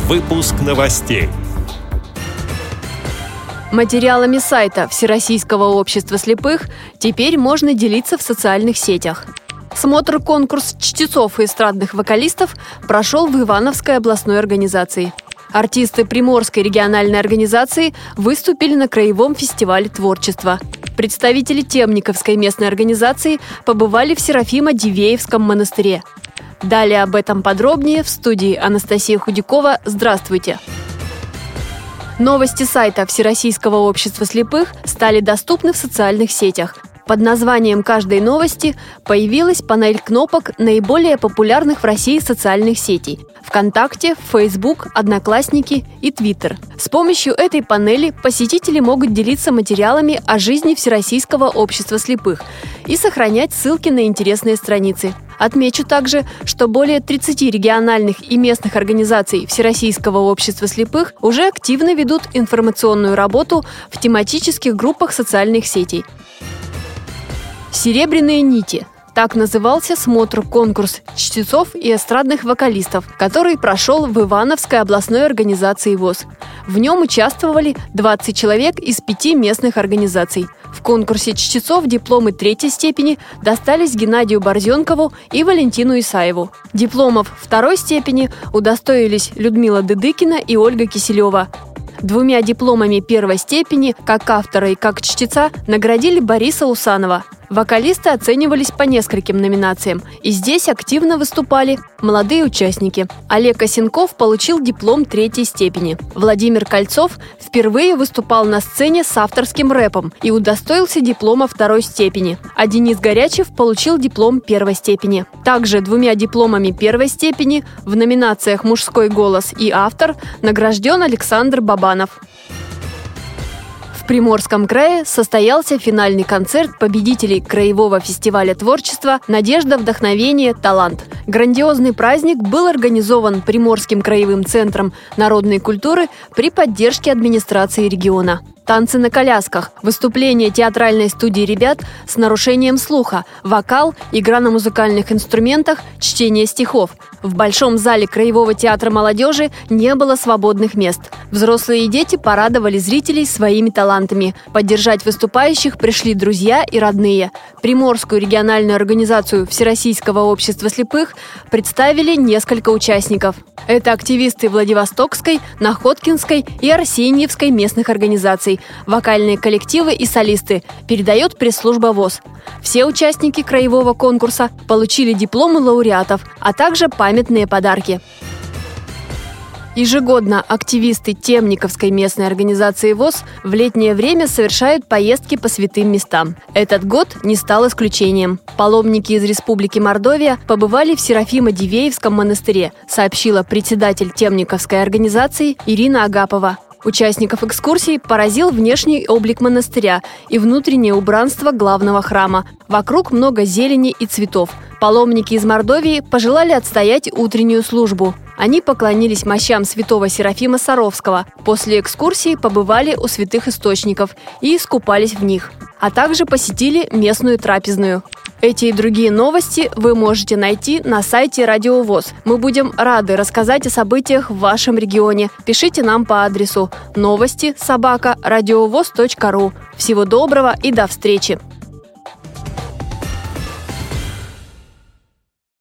Выпуск новостей. Материалами сайта Всероссийского общества слепых теперь можно делиться в социальных сетях. Смотр-конкурс чтецов и эстрадных вокалистов прошел в Ивановской областной организации. Артисты Приморской региональной организации выступили на Краевом фестивале творчества. Представители Темниковской местной организации побывали в Серафимо-Дивеевском монастыре. Далее об этом подробнее в студии Анастасия Худякова. Здравствуйте! Новости сайта Всероссийского общества слепых стали доступны в социальных сетях. Под названием каждой новости появилась панель кнопок наиболее популярных в России социальных сетей – ВКонтакте, Facebook, Одноклассники и Twitter. С помощью этой панели посетители могут делиться материалами о жизни Всероссийского общества слепых и сохранять ссылки на интересные страницы. Отмечу также, что более 30 региональных и местных организаций Всероссийского общества слепых уже активно ведут информационную работу в тематических группах социальных сетей. «Серебряные нити» – так назывался смотр-конкурс чтецов и эстрадных вокалистов, который прошел в Ивановской областной организации ВОС. В нем участвовали 20 человек из 5 местных организаций. В конкурсе чтецов дипломы 3-й степени достались Геннадию Борзенкову и Валентину Исаеву. Дипломов 2-й степени удостоились Людмила Дыдыкина и Ольга Киселева. 2 дипломами 1-й степени, как автора и как чтеца, наградили Бориса Усанова. Вокалисты оценивались по нескольким номинациям, и здесь активно выступали молодые участники. Олег Осенков получил диплом 3-й степени. Владимир Кольцов впервые выступал на сцене с авторским рэпом и удостоился диплома 2-й степени. А Денис Горячев получил диплом 1-й степени. Также 2 дипломами 1-й степени в номинациях «Мужской голос» и «Автор» награжден Александр Бабанов. В Приморском крае состоялся финальный концерт победителей Краевого фестиваля творчества «Надежда, вдохновение, талант». Грандиозный праздник был организован Приморским краевым центром народной культуры при поддержке администрации региона. Танцы на колясках, выступление театральной студии ребят с нарушением слуха, вокал, игра на музыкальных инструментах, чтение стихов. В Большом зале Краевого театра молодежи не было свободных мест. Взрослые и дети порадовали зрителей своими талантами. Поддержать выступающих пришли друзья и родные. Приморскую региональную организацию Всероссийского общества слепых представили несколько участников. Это активисты Владивостокской, Находкинской и Арсеньевской местных организаций, вокальные коллективы и солисты, передает пресс-служба ВОС. Все участники краевого конкурса получили дипломы лауреатов, а также памятные подарки. Ежегодно активисты Темниковской местной организации ВОС в летнее время совершают поездки по святым местам. Этот год не стал исключением. Паломники из Республики Мордовия побывали в Серафимо-Дивеевском монастыре, сообщила председатель Темниковской организации Ирина Агапова. Участников экскурсии поразил внешний облик монастыря и внутреннее убранство главного храма. Вокруг много зелени и цветов. Паломники из Мордовии пожелали отстоять утреннюю службу. Они поклонились мощам святого Серафима Саровского. После экскурсии побывали у святых источников и искупались в них, а также посетили местную трапезную. Эти и другие новости вы можете найти на сайте Радио ВОС. Мы будем рады рассказать о событиях в вашем регионе. Пишите нам по адресу новости@радиовос.ру. Всего доброго и до встречи!